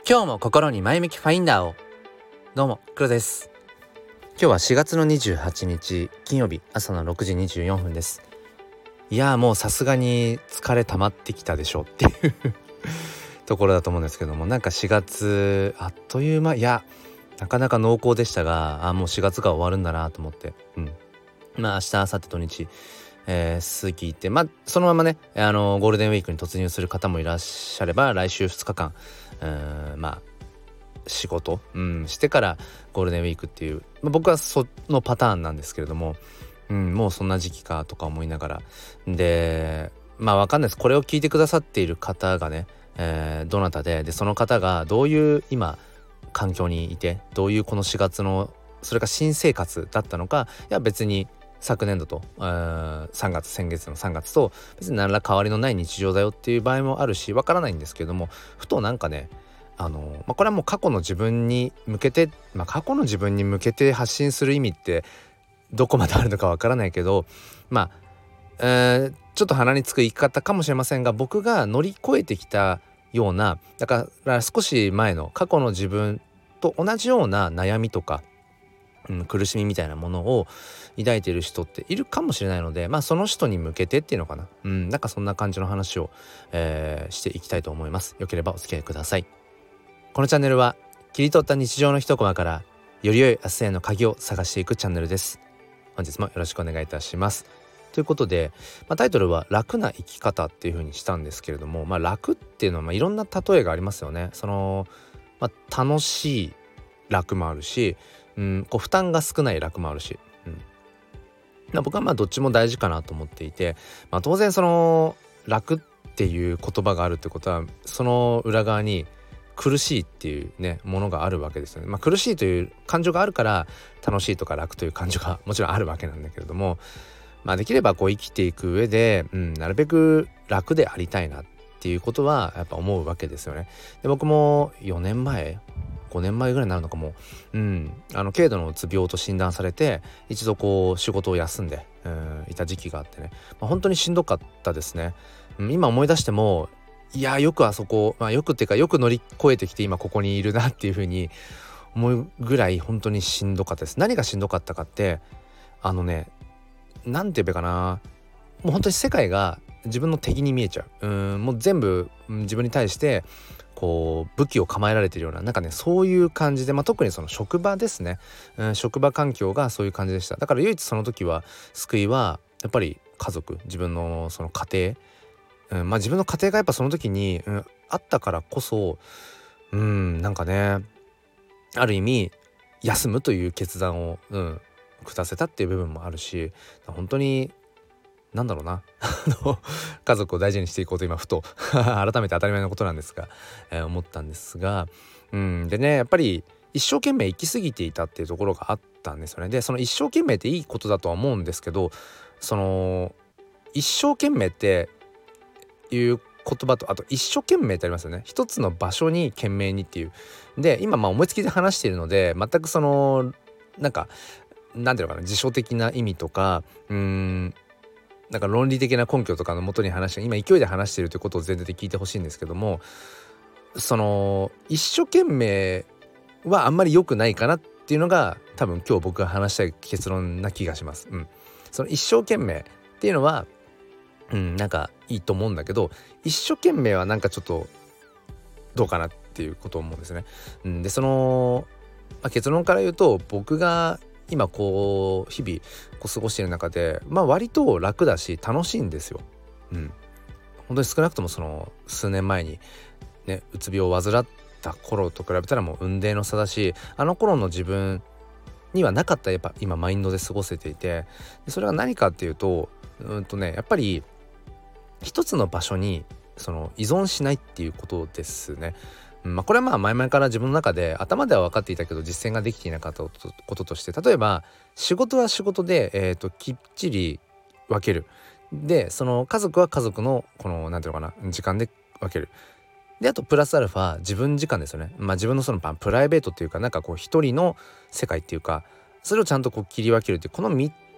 今日も心に前向きファインダーを。どうも黒です。今日は4月の28日金曜日朝の6時24分です。いやもうさすがに疲れ溜まってきたでしょっていうところだと思うんですけども、なんか4月あっという間、いやなかなか濃厚でしたが、もう4月が終わるんだなと思って、明日明後日土日過ぎて、そのままねゴールデンウィークに突入する方もいらっしゃれば、来週2日間仕事、してからゴールデンウィークっていう、僕はそのパターンなんですけれども、もうそんな時期かとか思いながらで、わかんないです。これを聞いてくださっている方がね、どなたでその方がどういう今環境にいて、どういうこの4月のそれが新生活だったのか、いや別に昨年度と先月の3月と別に何ら変わりのない日常だよっていう場合もあるし、わからないんですけれども、ふとなんかねこれはもう過去の自分に向けて、発信する意味ってどこまであるのかわからないけど、ちょっと鼻につく言い方かもしれませんが、僕が乗り越えてきたような、だから少し前の過去の自分と同じような悩みとか、苦しみみたいなものを抱いている人っているかもしれないので、その人に向けてっていうのかな、なんかそんな感じの話を、していきたいと思います。よければお付き合いください。このチャンネルは切り取った日常の一コマからより良い明日への鍵を探していくチャンネルです。本日もよろしくお願いいたします。ということで、タイトルは楽な生き方っていう風にしたんですけれども、楽っていうのはいろんな例えがありますよね。楽しい楽もあるし、負担が少ない楽もあるし、僕はどっちも大事かなと思っていて、当然その楽っていう言葉があるってことは、その裏側に苦しいっていうねものがあるわけですよね。苦しいという感情があるから楽しいとか楽という感情がもちろんあるわけなんだけれども、できれば生きていく上で、なるべく楽でありたいなっていうことはやっぱ思うわけですよね。で僕も5年前ぐらいになるのかも、軽度のうつ病と診断されて、一度仕事を休んでいた時期があってね、本当にしんどかったですね。今思い出しても、いやよくあそこ、よくっていうかよく乗り越えてきて今ここにいるなっていう風に思うぐらい本当にしんどかったです。何がしんどかったかって、なんて言えばいいかな、もう本当に世界が自分の敵に見えちゃう。もう全部自分に対して武器を構えられているような、そういう感じで、特にその職場ですね、職場環境がそういう感じでした。だから唯一その時は救いはやっぱり家族、自分のその家庭、自分の家庭がやっぱその時に、あったからこそ、ある意味休むという決断を、下せたっていう部分もあるし、本当に家族を大事にしていこうと今ふと改めて当たり前のことなんですが、思ったんですが、でね、やっぱり一生懸命生きすぎていたっていうところがあったんですよね。でその一生懸命っていいことだとは思うんですけど、その一生懸命っていう言葉と、あと一生懸命ってありますよね。一つの場所に懸命にっていう。で今思いつきで話しているので、全くなんていうのかな、辞書的な意味とか論理的な根拠とかのもとに話して、今勢いで話しているということを前提で聞いてほしいんですけども、その一生懸命はあんまり良くないかなっていうのが多分今日僕が話したい結論な気がします。その一生懸命っていうのはいいと思うんだけど、一生懸命はちょっとどうかなっていうことを思うんですね。で結論から言うと、僕が今日々過ごしている中で割と楽だし楽しいんですよ。本当に少なくともその数年前にねうつ病を患った頃と比べたらもう雲泥の差だし、あの頃の自分にはなかったやっぱ今マインドで過ごせていて、それは何かっていうとやっぱり一つの場所にその依存しないっていうことですね。これは前々から自分の中で頭では分かっていたけど実践ができていなかったこととして、例えば仕事は仕事で、きっちり分ける。でその家族は家族の時間で分ける。であとプラスアルファ自分時間ですよね。自分のそのプライベートっていうか一人の世界っていうか、それをちゃんと切り分けるっていう、この3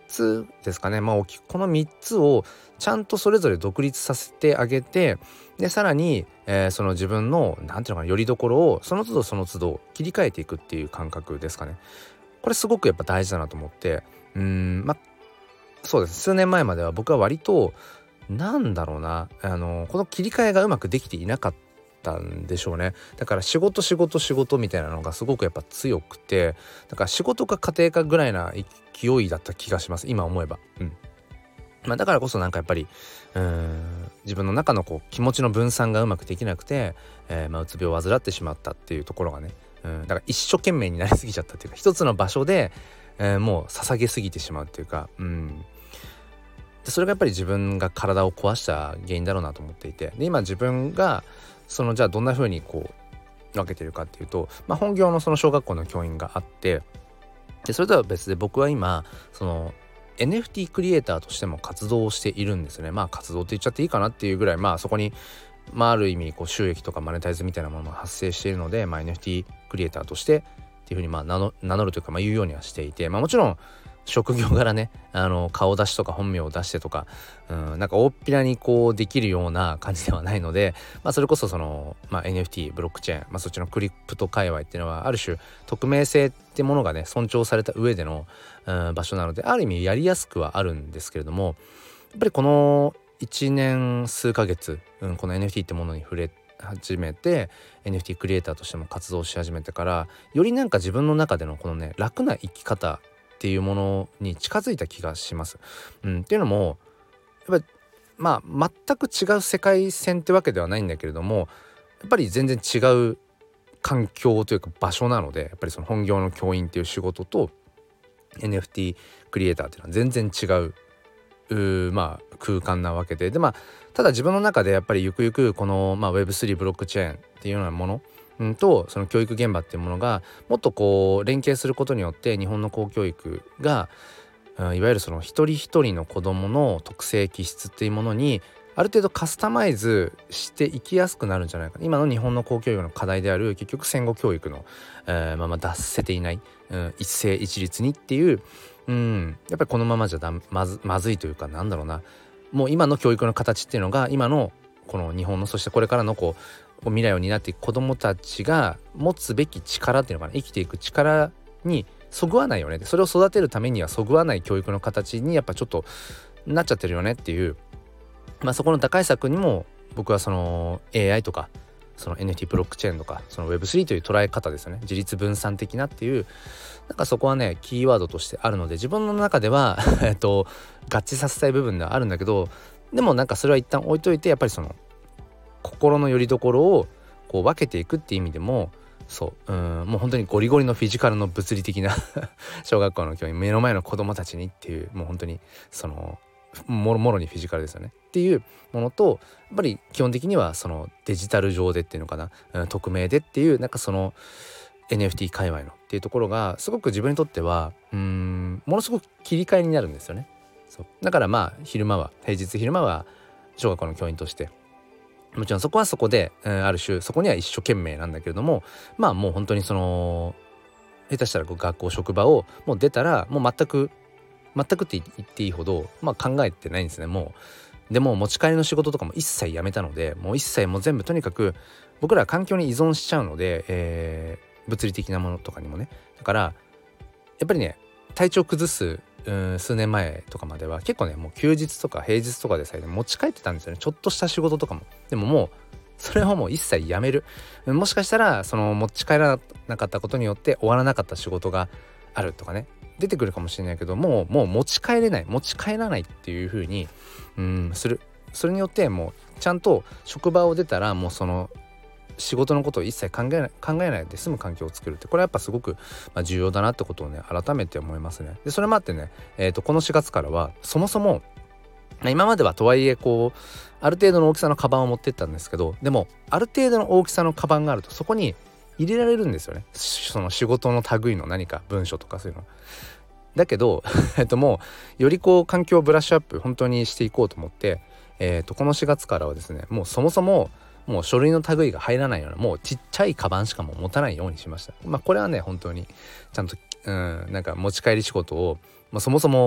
つですかね。この3つをちゃんとそれぞれ独立させてあげて、でさらに、その自分のなんていうのかな、よりどころをその都度その都度切り替えていくっていう感覚ですかね。これすごくやっぱ大事だなと思って、そうです。数年前までは僕は割となんだろうな、この切り替えがうまくできていなかったんでしょうね。だから仕事みたいなのがすごくやっぱ強くて、だから仕事か家庭かぐらいな勢いだった気がします、今思えば。だからこそなんかやっぱり自分の中の気持ちの分散がうまくできなくて、うつ病を患ってしまったっていうところがね、だから一生懸命になりすぎちゃったっていうか、一つの場所で、もう捧げすぎてしまうっていうか、でそれがやっぱり自分が体を壊した原因だろうなと思っていて、で今自分がじゃあどんな風に分けてるかっていうと、本業のその小学校の教員があって、でそれとは別で僕は今NFT クリエイターとしても活動をしているんですね。活動って言っちゃっていいかなっていうぐらい、そこにある意味収益とかマネタイズみたいなものも発生しているので、NFT クリエイターとしてっていうふうに名乗るというか言うようにはしていて、もちろん職業柄ね、顔出しとか本名を出してとか、なんか大っぴらにできるような感じではないので、それこそNFT ブロックチェーン、そっちのクリプト界隈っていうのはある種匿名性ってものがね尊重された上での、場所なので、ある意味やりやすくはあるんですけれども、やっぱりこの1年数ヶ月、この NFT ってものに触れ始めて NFT クリエイターとしても活動し始めてから、よりなんか自分の中でのこのね楽な生き方っていうものに近づいた気がします。っていうのもやっぱり全く違う世界線ってわけではないんだけれども、やっぱり全然違う環境というか場所なので、やっぱりその本業の教員っていう仕事と NFT クリエイターっていうのは全然違う空間なわけで、ただ自分の中でやっぱりゆくゆくこのWeb3 ブロックチェーンっていうようなものとその教育現場っていうものがもっと連携することによって、日本の公教育がいわゆるその一人一人の子どもの特性気質っていうものにある程度カスタマイズしていきやすくなるんじゃないか。今の日本の公教育の課題である結局戦後教育の、脱せていない、一斉一律にっていう、やっぱりこのままじゃまずいというか、なんだろうな、もう今の教育の形っていうのが今のこの日本の、そしてこれからの未来を担っていく子どもたちが持つべき力っていうのかな、生きていく力にそぐわないよね、それを育てるためにはそぐわない教育の形にやっぱちょっとなっちゃってるよねっていう、そこの打開策にも僕はその AI とかその NFT ブロックチェーンとかその Web3 という捉え方ですよね、自立分散的なっていう、なんかそこはねキーワードとしてあるので、自分の中では合致させたい部分ではあるんだけど、でもなんかそれは一旦置いといて、やっぱりその心の拠り所を分けていくっていう意味でも、もう本当にゴリゴリのフィジカルの物理的な小学校の教員、目の前の子供たちにっていう、もう本当にそのもろにフィジカルですよねっていうものと、やっぱり基本的にはそのデジタル上でっていうのかな、匿名でっていう、なんかその NFT 界隈のっていうところがすごく自分にとってはものすごく切り替えになるんですよね。だから平日昼間は小学校の教員としてもちろんそこはそこで、ある種そこには一生懸命なんだけれども、もう本当にその下手したら学校職場をもう出たらもう全くって言っていいほど考えてないんですね。もうでも持ち帰りの仕事とかも一切やめたので、もう一切もう全部とにかく僕らは環境に依存しちゃうので、物理的なものとかにもね。だからやっぱりね、体調崩す数年前とかまでは結構ね、もう休日とか平日とかでさえ持ち帰ってたんですよね、ちょっとした仕事とかも。でももうそれはもう一切やめる。もしかしたらその持ち帰らなかったことによって終わらなかった仕事があるとかね、出てくるかもしれないけど、もう持ち帰らないっていう風にする。それによってもうちゃんと職場を出たらもうその仕事のことを一切考えないで済む環境を作るって、これはやっぱすごく重要だなってことをね改めて思いますね。でそれもあってね、この4月からはそもそも今まではとはいえある程度の大きさのカバンを持ってったんですけど、でもある程度の大きさのカバンがあるとそこに入れられるんですよね、その仕事の類の何か文書とかそういうのだけどもうより環境をブラッシュアップ本当にしていこうと思って、この4月からはですね、もうそもそももう書類の類が入らないようなもうちっちゃいカバンしかも持たないようにしました。これはね本当にちゃんとなんか持ち帰り仕事をそもそも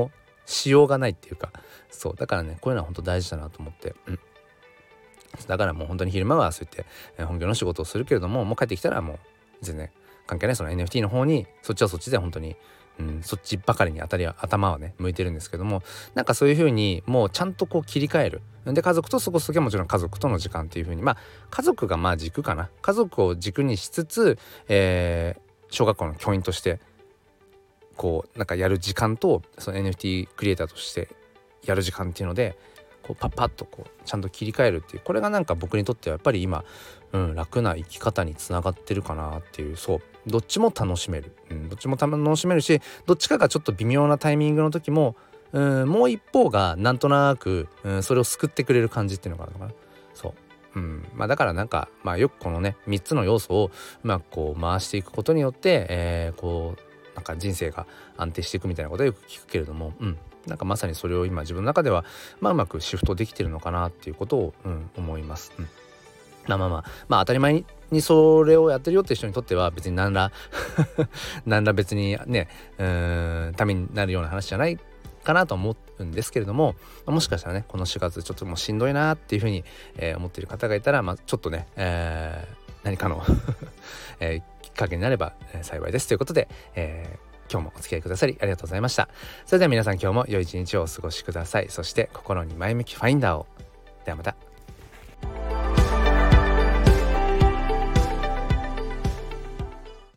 しようがないっていうか、そうだからねこういうのは本当大事だなと思って、だからもう本当に昼間はそうやって本業の仕事をするけれども、もう帰ってきたらもう全然関係ないその NFT の方に、そっちはそっちで本当に、そっちばかりに頭はね向いてるんですけども、なんかそういう風にもうちゃんとこう切り替える。で家族と過ごす時はもちろん家族との時間っていう風に、家族が軸かな、家族を軸にしつつ、小学校の教員としてこうなんかやる時間と、その NFT クリエイターとしてやる時間っていうのでこうパッパッとこうちゃんと切り替えるっていう、これがなんか僕にとってはやっぱり今、楽な生き方につながってるかなっていう。そうどっちも楽しめる、どっちも楽しめるし、どっちかがちょっと微妙なタイミングの時も、もう一方がなんとなく、それを救ってくれる感じっていうのがあるのかな。そう、だからなんか、よくこのね3つの要素をうまくこう回していくことによって、こうなんか人生が安定していくみたいなことはよく聞くけれども、なんかまさにそれを今自分の中では、うまくシフトできてるのかなっていうことを、思います。当たり前にそれをやってるよって人にとっては別に何ら何ら別にねためになるような話じゃないかなと思うんですけれども、もしかしたらねこの4月ちょっともうしんどいなっていうふうに、思っている方がいたら、ちょっとね、何かの、きっかけになれば、幸いですということで、今日もお付き合いくださりありがとうございました。それでは皆さん今日も良い一日をお過ごしください。そして心に前向きファインダーを。ではまた。